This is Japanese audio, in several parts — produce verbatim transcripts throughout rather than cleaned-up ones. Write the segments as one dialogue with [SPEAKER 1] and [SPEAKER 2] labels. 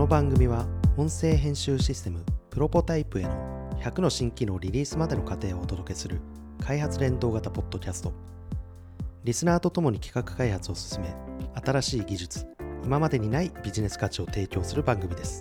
[SPEAKER 1] の番組は音声編集システムプロポタイプへのひゃくの新機能リリースまでの過程をお届けする開発連動型ポッドキャスト。リスナーとともに企画開発を進め、新しい技術、今までにないビジネス価値を提供する番組です。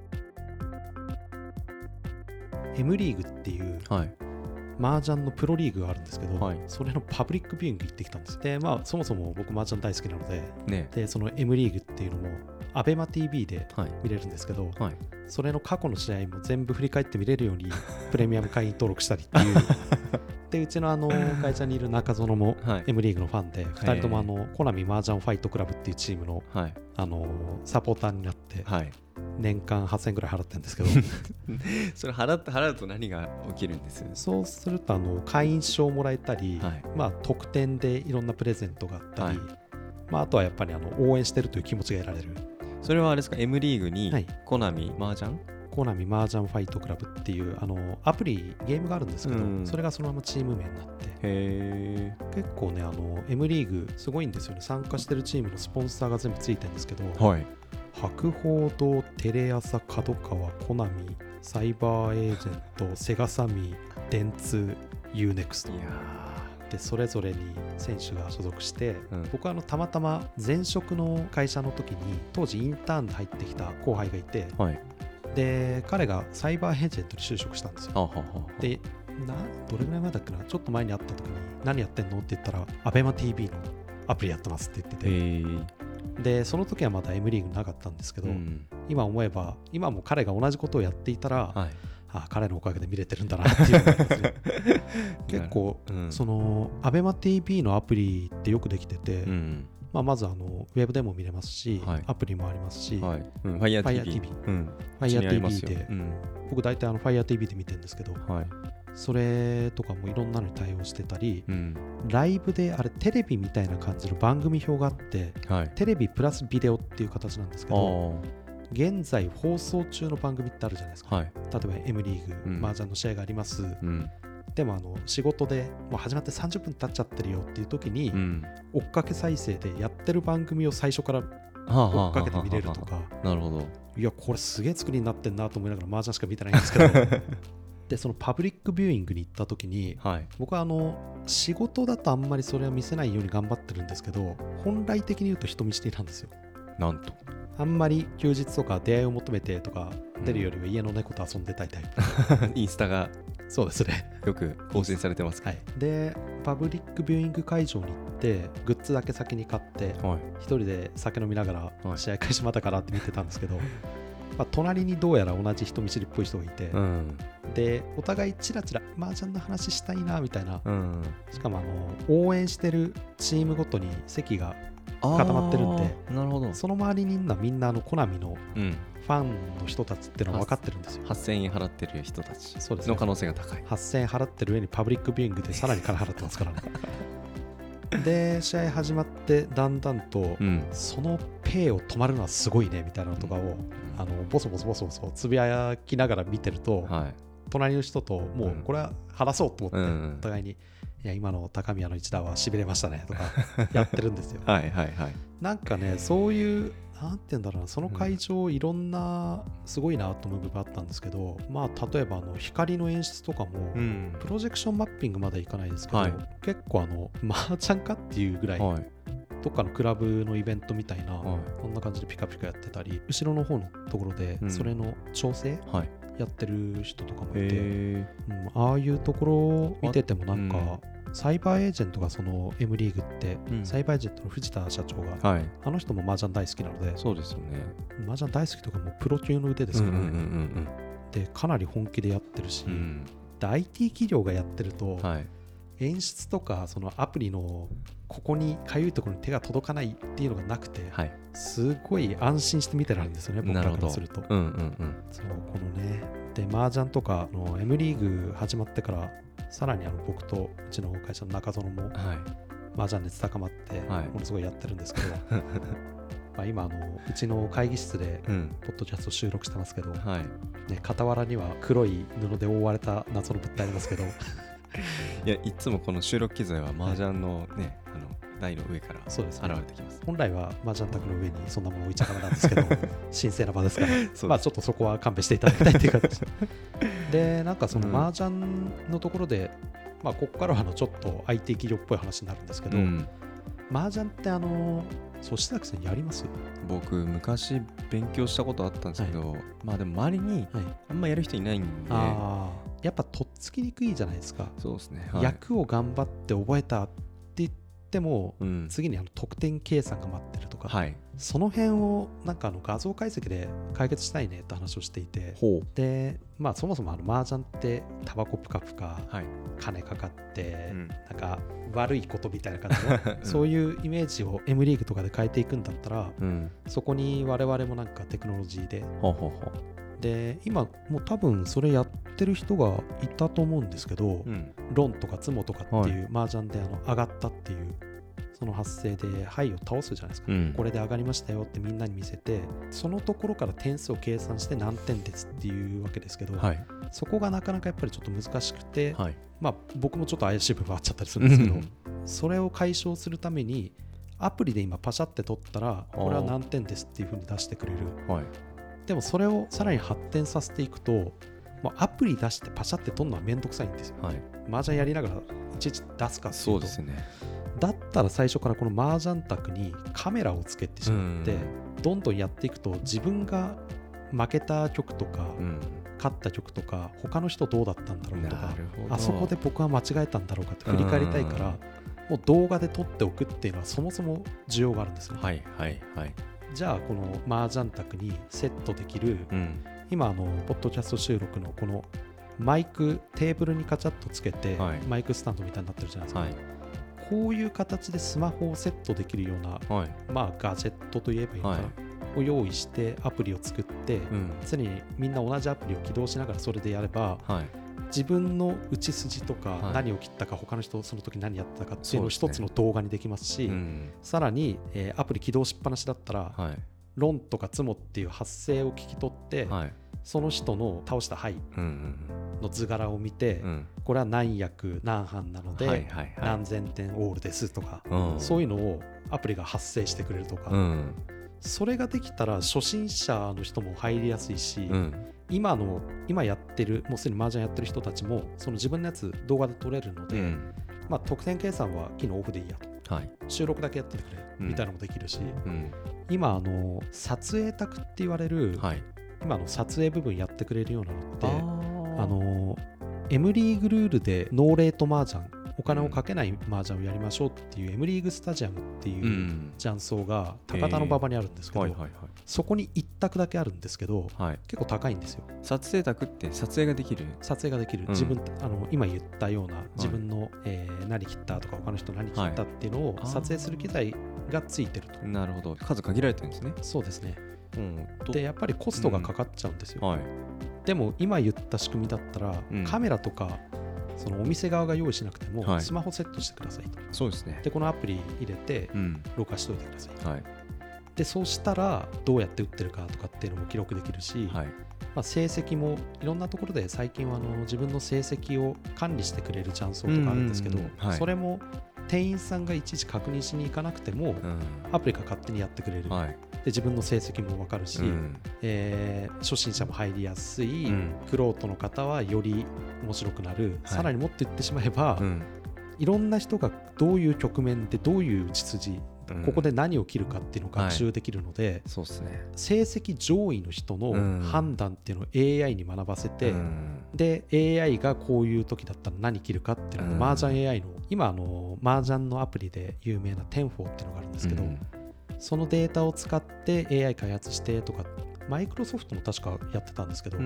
[SPEAKER 1] M リーグっていう、はい、麻雀のプロリーグがあるんですけど、はい、それのパブリックビューイング行ってきたんです。で、まあそもそも僕麻雀大好きなので、ね、でその M リーグっていうのもアベマ ティーブイ で見れるんですけど、はいはい、それの過去の試合も全部振り返って見れるようにプレミアム会員登録したりっていうでうちのあの会社にいる中園も M リーグのファンで、はい、ふたりともあのコナミ麻雀ファイトクラブっていうチームの、はい、あのサポーターになって、はい、年間はっせんえんぐらい払ってるんですけど
[SPEAKER 2] それ払って、払うと何が起きるんです？
[SPEAKER 1] そうするとあの会員証をもらえたり、はい、まあ、特典でいろんなプレゼントがあったり、はい、まあ、あとはやっぱりあの応援してるという気持ちが得られる。
[SPEAKER 2] それはあれですか、 M リーグにコナミ麻雀
[SPEAKER 1] コナミ麻雀ファイトクラブっていうあのアプリゲームがあるんですけど、うん、それがそのままチーム名になって、へー、結構ねあの M リーグすごいんですよね。参加してるチームのスポンサーが全部ついてるんですけど、はい、博報堂、テレ朝、角川、コナミ、サイバーエージェント、セガサミー、電通、ユーネクスト、いやでそれぞれに選手が所属して、うん、僕はあのたまたま前職の会社の時に当時インターンで入ってきた後輩がいて、はい、で彼がサイバーエージェントに就職したんですよ。はははでなどれぐらい前だっけな、ちょっと前に会った時に何やってんのって言ったらアベマ ティーブイ のアプリやってますって言ってて、でその時はまだ M リーグなかったんですけど、うん、今思えば今も彼が同じことをやっていたら、はい、あ彼のおかげで見れてるんだなっていう感じですね結構、うん、そのアベマ ティーブイ のアプリってよくできてて、うん、まあ、まずあのウェブでも見れますし、はい、アプリもありますし、はい、うん、Fire ティーブイ、うん、Fire ティーブイ で、うん、僕大体あの Fire ティーブイ で見てるんですけど、はい、それとかもいろんなのに対応してたり、うん、ライブであれテレビみたいな感じの番組表があって、はい、テレビプラスビデオっていう形なんですけど、現在放送中の番組ってあるじゃないですか、はい、例えば M リーグ、うん、麻雀の試合があります、うん、でもあの仕事でもう始まってさんじゅっぷん経っちゃってるよっていう時に、うん、追っかけ再生でやってる番組を最初から追っかけて見れるとか、
[SPEAKER 2] なるほど、
[SPEAKER 1] いやこれすげえ作りになってんなと思いながら麻雀しか見てないんですけどでそのパブリックビューイングに行った時に、はい、僕はあの仕事だとあんまりそれは見せないように頑張ってるんですけど、本来的に言うと人見知りなんですよ。
[SPEAKER 2] なんと
[SPEAKER 1] あんまり休日とか出会いを求めてとか出るよりは家の猫と遊んでたいタイ
[SPEAKER 2] プ、うん、インスタが
[SPEAKER 1] そうですね、
[SPEAKER 2] よく更新されてますか、
[SPEAKER 1] はい、でパブリックビューイング会場に行ってグッズだけ先に買って、はい、一人で酒飲みながら試合開始またからって見てたんですけど、はい、まあ、隣にどうやら同じ人見知りっぽい人がいて、うん、でお互いチラチラ麻雀の話したいなみたいな、うん、しかもあの応援してるチームごとに席が固まってるんで、なるほど、その周りにいるのはみんなあのコナミのファンの人たちっていうのは分かってるんですよ。
[SPEAKER 2] はっせんえん払ってる人たちの可能性が高い。
[SPEAKER 1] はっせんえん払ってる上にパブリックビューイングでさらに金払ってますからねで試合始まってだんだんと、うん、そのペイを止まるのはすごいねみたいなのとかを、うん、あのボソボソボソボソつぶやきながら見てると、はい、隣の人ともうこれは話そうと思って、うん、お互いにいや今の高宮の一打はしびれましたねとかやってるんですよはいはい、はい、なんかねそういうなんて言うんだろうな、その会場いろんなすごいなと思う部分あったんですけど、まあ例えばあの光の演出とかも、うん、プロジェクションマッピングまでいかないですけど、はい、結構あの麻雀かっていうぐらい、はい、どっかのクラブのイベントみたいな、はい、こんな感じでピカピカやってたり、後ろの方のところでそれの調整、うん、はいやってる人とかもいて、うん、ああいうところを見ててもなんか、うん、サイバーエージェントがその M リーグって、うん、サイバーエージェントの藤田社長が、はい、あの人も麻雀大好きなので、
[SPEAKER 2] そうですよね、
[SPEAKER 1] 麻雀大好きとかもうプロ級の腕ですからね、うんうんうんうん、でかなり本気でやってるし、うん、で アイティー 企業がやってると、はい、演出とかそのアプリのここにかゆいところに手が届かないっていうのがなくて、はい、すごい安心して見てられるんですよね、僕らからすると。うんうんうん、そうこのねで麻雀とかの M リーグ始まってからさらにあの僕とうちの会社の中園も、はい、麻雀熱高まってものすごいやってるんですけど、はい、まあ今あのうちの会議室でポッドキャスト収録してますけど、うんはいね、傍らには黒い布で覆われた謎の物体ありますけど
[SPEAKER 2] いやいつもこの収録機材は麻雀のね、はい、あの台の上から現れてきます。
[SPEAKER 1] 本来は麻雀卓の上にそんなもの置いちゃダメなんですけど神聖な場ですからまあちょっとそこは勘弁していただきたいっていう形で、なんかその麻雀のところで、うん、まあここからはあのちょっと アイティー 企業っぽい話になるんですけど、うん、麻雀ってあのそう志崎さんやります？
[SPEAKER 2] 僕昔勉強したことあったんですけど、はい、まあでも周りにあんまやる人いないんで、はい、
[SPEAKER 1] あやっぱとっつきにくいじゃないですか。
[SPEAKER 2] そうですね、はい、
[SPEAKER 1] 役を頑張って覚えたって言っても、うん、次にあの得点計算が待ってるとか、はい、その辺をなんかあの画像解析で解決したいねって話をしていて、で、まあ、そもそもあの麻雀ってタバコプカプカ、はい、金かかって、うん、なんか悪いことみたいな感じの、うん、そういうイメージを M リーグとかで変えていくんだったら、うん、そこに我々もなんかテクノロジーでほうほうほうで今もう多分それやってる人がいたと思うんですけど、うん、ロンとかツモとかっていう麻雀であの上がったっていうその発生で牌を倒すじゃないですか、うん、これで上がりましたよってみんなに見せて、そのところから点数を計算して何点ですっていうわけですけど、はい、そこがなかなかやっぱりちょっと難しくて、はい、まあ僕もちょっと怪しい部分あっちゃったりするんですけどそれを解消するためにアプリで今パシャって取ったらこれは何点ですっていう風に出してくれる、はい、でもそれをさらに発展させていくと、もうアプリ出してパシャって取るのはめんどくさいんですよ、はい、麻雀やりながらいちいち出すかっていうと、そうですね、だったら最初からこの麻雀卓にカメラをつけてしまって、どんどんやっていくと自分が負けた曲とか、うん、勝った曲とか他の人どうだったんだろうとか、あそこで僕は間違えたんだろうかって振り返りたいから、もう動画で撮っておくっていうのはそもそも需要があるんですよ、はいはいはい、じゃあこの麻雀卓にセットできる、うん、今あのポッドキャスト収録のこのマイクテーブルにカチャッとつけて、はい、マイクスタンドみたいになってるじゃないですか、はい、こういう形でスマホをセットできるような、はい、まあガジェットといえばいいのかな、はい、を用意してアプリを作って、うん、常にみんな同じアプリを起動しながらそれでやれば、はい、自分の打ち筋とか、はい、何を切ったか他の人その時何やったかっていうのを一つの動画にできますし、うん、さらに、えー、アプリ起動しっぱなしだったら、はい、ロンとかツモっていう発声を聞き取って、はい、その人の倒した牌の図柄を見て、うん、これは何役何班なので、はいはいはい、何千点オールですとか、うん、そういうのをアプリが発生してくれるとか、うん、それができたら初心者の人も入りやすいし、うん、今の今やってるもうすでに麻雀やってる人たちもその自分のやつ動画で撮れるので、うん、まあ、得点計算は機能オフでいいやと、はい、収録だけやっててくれみたいなのもできるし、うん、今あの撮影卓って言われる、はい、今の撮影部分やってくれるようなのって、ああの M リーグルールでノーレート麻雀、お金をかけない麻雀をやりましょうっていう M リーグスタジアムっていう雀荘が高田馬場にあるんですけど、はいはいはい、そこに一択だけあるんですけど、はい、結構高いんですよ。
[SPEAKER 2] 撮影卓って撮影ができる
[SPEAKER 1] 撮影ができる、うん、自分あの今言ったような自分の、はい、えー、何切ったとか他の人何切ったっていうのを撮影する機材がついてると、はい、
[SPEAKER 2] なるほど、数限られてるんですね。
[SPEAKER 1] そうですね、うん、でやっぱりコストがかかっちゃうんですよ、うん、はい、でも今言った仕組みだったら、うん、カメラとかそのお店側が用意しなくても、はい、スマホセットしてくださいと。
[SPEAKER 2] そうですね。
[SPEAKER 1] でこのアプリ入れて、うん、録画しといてくださいと、はい、でそうしたらどうやって打ってるかとかっていうのも記録できるし、はい、まあ、成績もいろんなところで最近はあの自分の成績を管理してくれる雀荘とかあるんですけど、はい、それも店員さんがいちいち確認しに行かなくても、うん、アプリが勝手にやってくれる、はい、で自分の成績も分かるし、うん、えー、初心者も入りやすい、うん、クロートの方はより面白くなる、はい、さらにもっと言ってしまえば、うん、いろんな人がどういう局面でどういう打ち筋、うん、ここで何を切るかっていうのを学習できるので、はい、そうですね、成績上位の人の判断っていうのを エーアイ に学ばせて、うん、で エーアイ がこういう時だったら何切るかっていうのを、うん、麻雀 エーアイ の今あの麻雀のアプリで有名なテンフォーっていうのがあるんですけど、うん、そのデータを使って エーアイ 開発してとか、マイクロソフトも確かやってたんですけど、うん、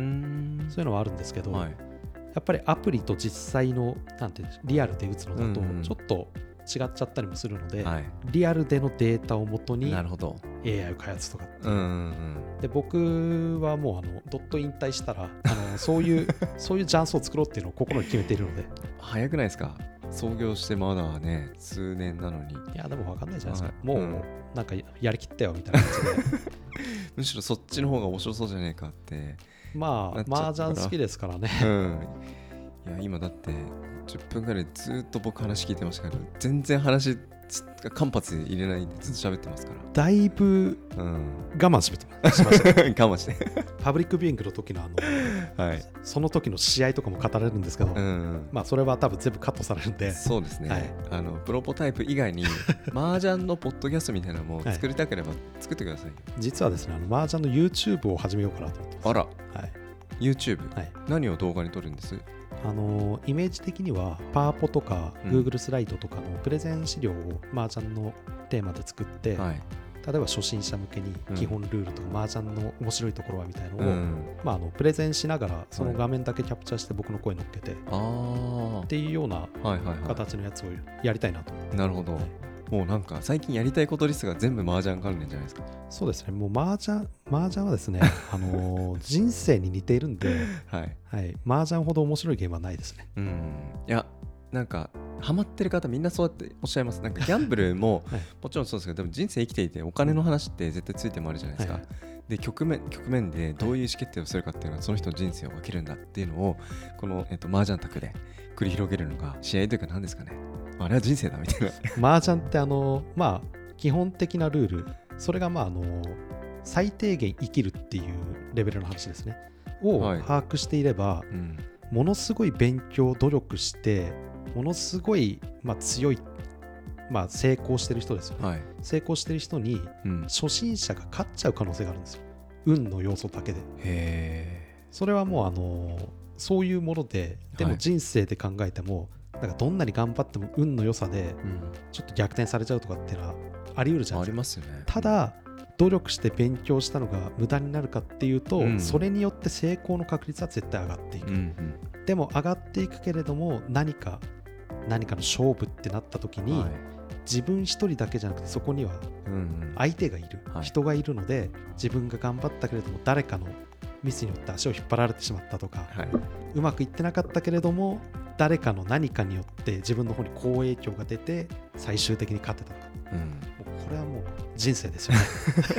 [SPEAKER 1] そういうのはあるんですけど、はい、やっぱりアプリと実際のなんてリアルで打つのだとちょっと違っちゃったりもするので、はい、リアルでのデータをもとに エーアイ を開発とかっていう、うんうんうん、で僕はもうあのドット引退したらあのそういうそういう雀荘を作ろうっていうのを心に決めているので。
[SPEAKER 2] 早くないですか？創業してまだね数年なのに。い
[SPEAKER 1] やでも分かんないじゃないですか、はい、もう、うん、なんかやりきったよみたいな感じで
[SPEAKER 2] むしろそっちの方が面白そうじゃねえかって
[SPEAKER 1] まあ麻雀好きですからね、うん、
[SPEAKER 2] いや今だってじゅっぷんぐらいずっと僕話聞いてましたけど全然話間髪入れないでずっと喋ってますから。
[SPEAKER 1] だいぶ我慢しました。
[SPEAKER 2] 我慢して
[SPEAKER 1] パブリックビューイングの時のあの、はい、その時の試合とかも語られるんですけど、うん、まあそれは多分全部カットされるんで。
[SPEAKER 2] そうですね、はい、あのプロポタイプ以外に麻雀のポッドキャストみたいなのも作りたければ作ってください、はい、
[SPEAKER 1] 実はですね、あの麻雀の YouTube を始めようかなと思ってます。
[SPEAKER 2] あら、
[SPEAKER 1] はい、
[SPEAKER 2] YouTube、はい、何を動画に撮るんです？
[SPEAKER 1] あのイメージ的にはパワポとか Google スライドとかのプレゼン資料を麻雀のテーマで作って、はい、例えば初心者向けに基本ルールとか麻雀の面白いところはみたいなのを、うんまあ、あのプレゼンしながらその画面だけキャプチャーして僕の声乗っけて、はい、っていうような形のやつをやりたいなと。
[SPEAKER 2] なるほど、はい、もうなんか最近やりたいことリストが全部麻雀関連じゃないですか。
[SPEAKER 1] そうですね、もう麻雀、麻雀はですね、あのー、人生に似ているんで、はいはい、麻雀ほど面白いゲームはないですね。
[SPEAKER 2] うん、いやなんかハマってる方みんなそうやっておっしゃいます。なんかギャンブルも、はい、もちろんそうですけど、でも人生生きていてお金の話って絶対ついてもあるじゃないですか、はいはい、で 局面、局面でどういう意思決定をするかっていうのはその人の人生を分けるんだっていうのをこの、えっと、麻雀卓で繰り広げるのが試合というか何ですかね、あれは人生だみたい
[SPEAKER 1] な。麻雀ってあのまあ基本的なルール、それがまああの最低限生きるっていうレベルの話ですねを把握していれば、はいうん、ものすごい勉強努力してものすごい、まあ、強い、まあ、成功してる人ですよね、はい、成功してる人に、うん、初心者が勝っちゃう可能性があるんですよ、運の要素だけで。へー、それはもうあのそういうもので、でも人生で考えても、はい、なんかどんなに頑張っても運の良さでちょっと逆転されちゃうとかっていうのはあり得るじゃないですか。ありますよね。ただ努力して勉強したのが無駄になるかっていうと、うん、それによって成功の確率は絶対上がっていく、うんうん、でも上がっていくけれども何か何かの勝負ってなった時に、はい、自分一人だけじゃなくてそこには相手がいる、うんうん、人がいるので、はい、自分が頑張ったけれども誰かのミスによって足を引っ張られてしまったとか、はい、うまくいってなかったけれども誰かの何かによって自分の方に好影響が出て最終的に勝てたとか、うん、もうこれはもう人生ですよね。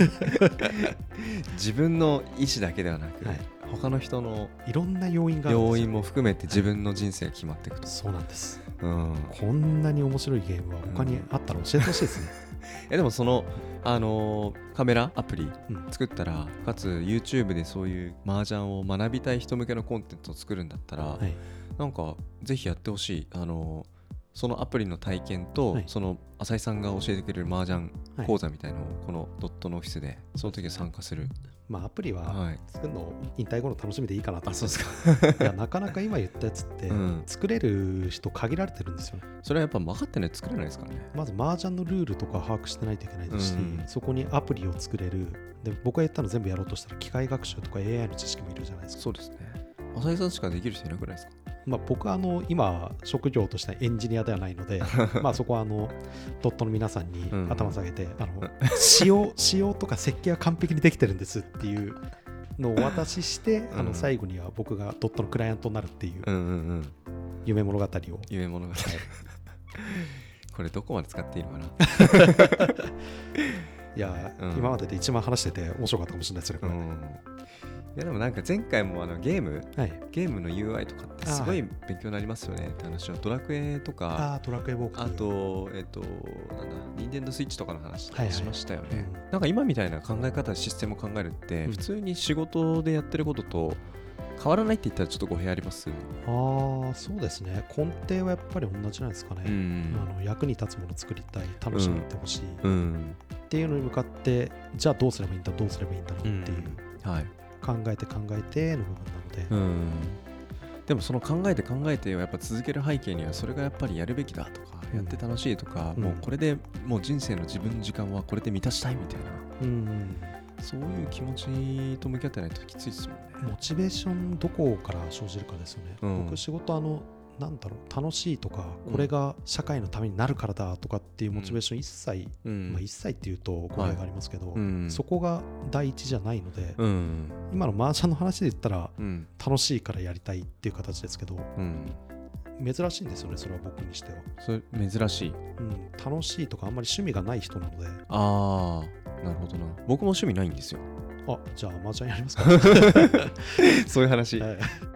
[SPEAKER 2] 自分の意思だけではなく、はい、他の人の
[SPEAKER 1] いろんな要因があるんですよ、
[SPEAKER 2] 要因も含めて自分の人生が決まっていくと、
[SPEAKER 1] はい、そうなんです、うん、こんなに面白いゲームは他にあったら教えてほしいですね。
[SPEAKER 2] えでもその、あのー、カメラアプリ作ったら、うん、かつ YouTube でそういう麻雀を学びたい人向けのコンテンツを作るんだったら、はい、なんかぜひやってほしい。あのーそのアプリの体験と、はい、その浅井さんが教えてくれる麻雀講座みたいなのをこのドットのオフィスでその時は参加する、
[SPEAKER 1] まあ、アプリは作るの引退後の楽しみでいいかなと思って。あ、そうですか。いやなかなか今言ったやつって作れる人限られてるんですよね、
[SPEAKER 2] うん、それはやっぱ分かってないと作れないですからね。
[SPEAKER 1] まず麻雀のルールとか把握してないといけないですし、うん、そこにアプリを作れる。で僕が言ったの全部やろうとしたら機械学習とか エーアイ の知識もいるじゃないですか。
[SPEAKER 2] そうですね。浅井さんしかできる人いなくないですか。
[SPEAKER 1] まあ、僕はあの今職業としてエンジニアではないのでまあそこはあのドットの皆さんに頭下げて、うん、あの仕様仕様とか設計は完璧にできてるんですっていうのをお渡しして、うん、あの最後には僕がドットのクライアントになるっていう夢物語を、
[SPEAKER 2] 夢物語これどこまで使っていいのかな。
[SPEAKER 1] いや、うん、今までで一番話してて面白かったかもしれないですねこれ、うん。
[SPEAKER 2] いやでもなんか前回もあのゲーム、はい、ゲームの ユーアイ とかってすごい勉強になりますよねって話を、ドラクエとか、
[SPEAKER 1] あドラクエウォーク、
[SPEAKER 2] あとえっ、ー、となんだニンテンドースイッチとかの話しましたよね、はいはい、うん、なんか今みたいな考え方システムを考えるって、うん、普通に仕事でやってることと変わらないって言ったらちょっと語弊あります。
[SPEAKER 1] ああそうですね。根底はやっぱり同じなんですかね、うん、あの役に立つものを作りたい、楽しんでほしい、うん、っていうのに向かってじゃあどうすればいいんだどうすればいいんだろうっていう、うん、はい、考えて考えての部分なので、うん、
[SPEAKER 2] でもその考えて考えてをやっぱ続ける背景にはそれがやっぱりやるべきだとか、うん、やって楽しいとか、うん、もうこれでもう人生の自分の時間はこれで満たしたいみたいな、うん、そういう気持ちと向き合ってないときついですもんね。
[SPEAKER 1] モチベーションどこから生じるかですよね、うん、僕仕事あのなんだろう楽しいとかこれが社会のためになるからだとかっていうモチベーション一切、うんまあ、一切っていうと語弊がありますけど、はいうん、そこが第一じゃないので、うん、今の麻雀の話で言ったら、うん、楽しいからやりたいっていう形ですけど、うん、珍しいんですよねそれは僕にしては。
[SPEAKER 2] それ珍しい、うん、
[SPEAKER 1] 楽しいとかあんまり趣味がない人なので。
[SPEAKER 2] ああなるほどな。僕も趣味ないんですよ。
[SPEAKER 1] あじゃあ麻雀やりますか。
[SPEAKER 2] そういう話、
[SPEAKER 1] はい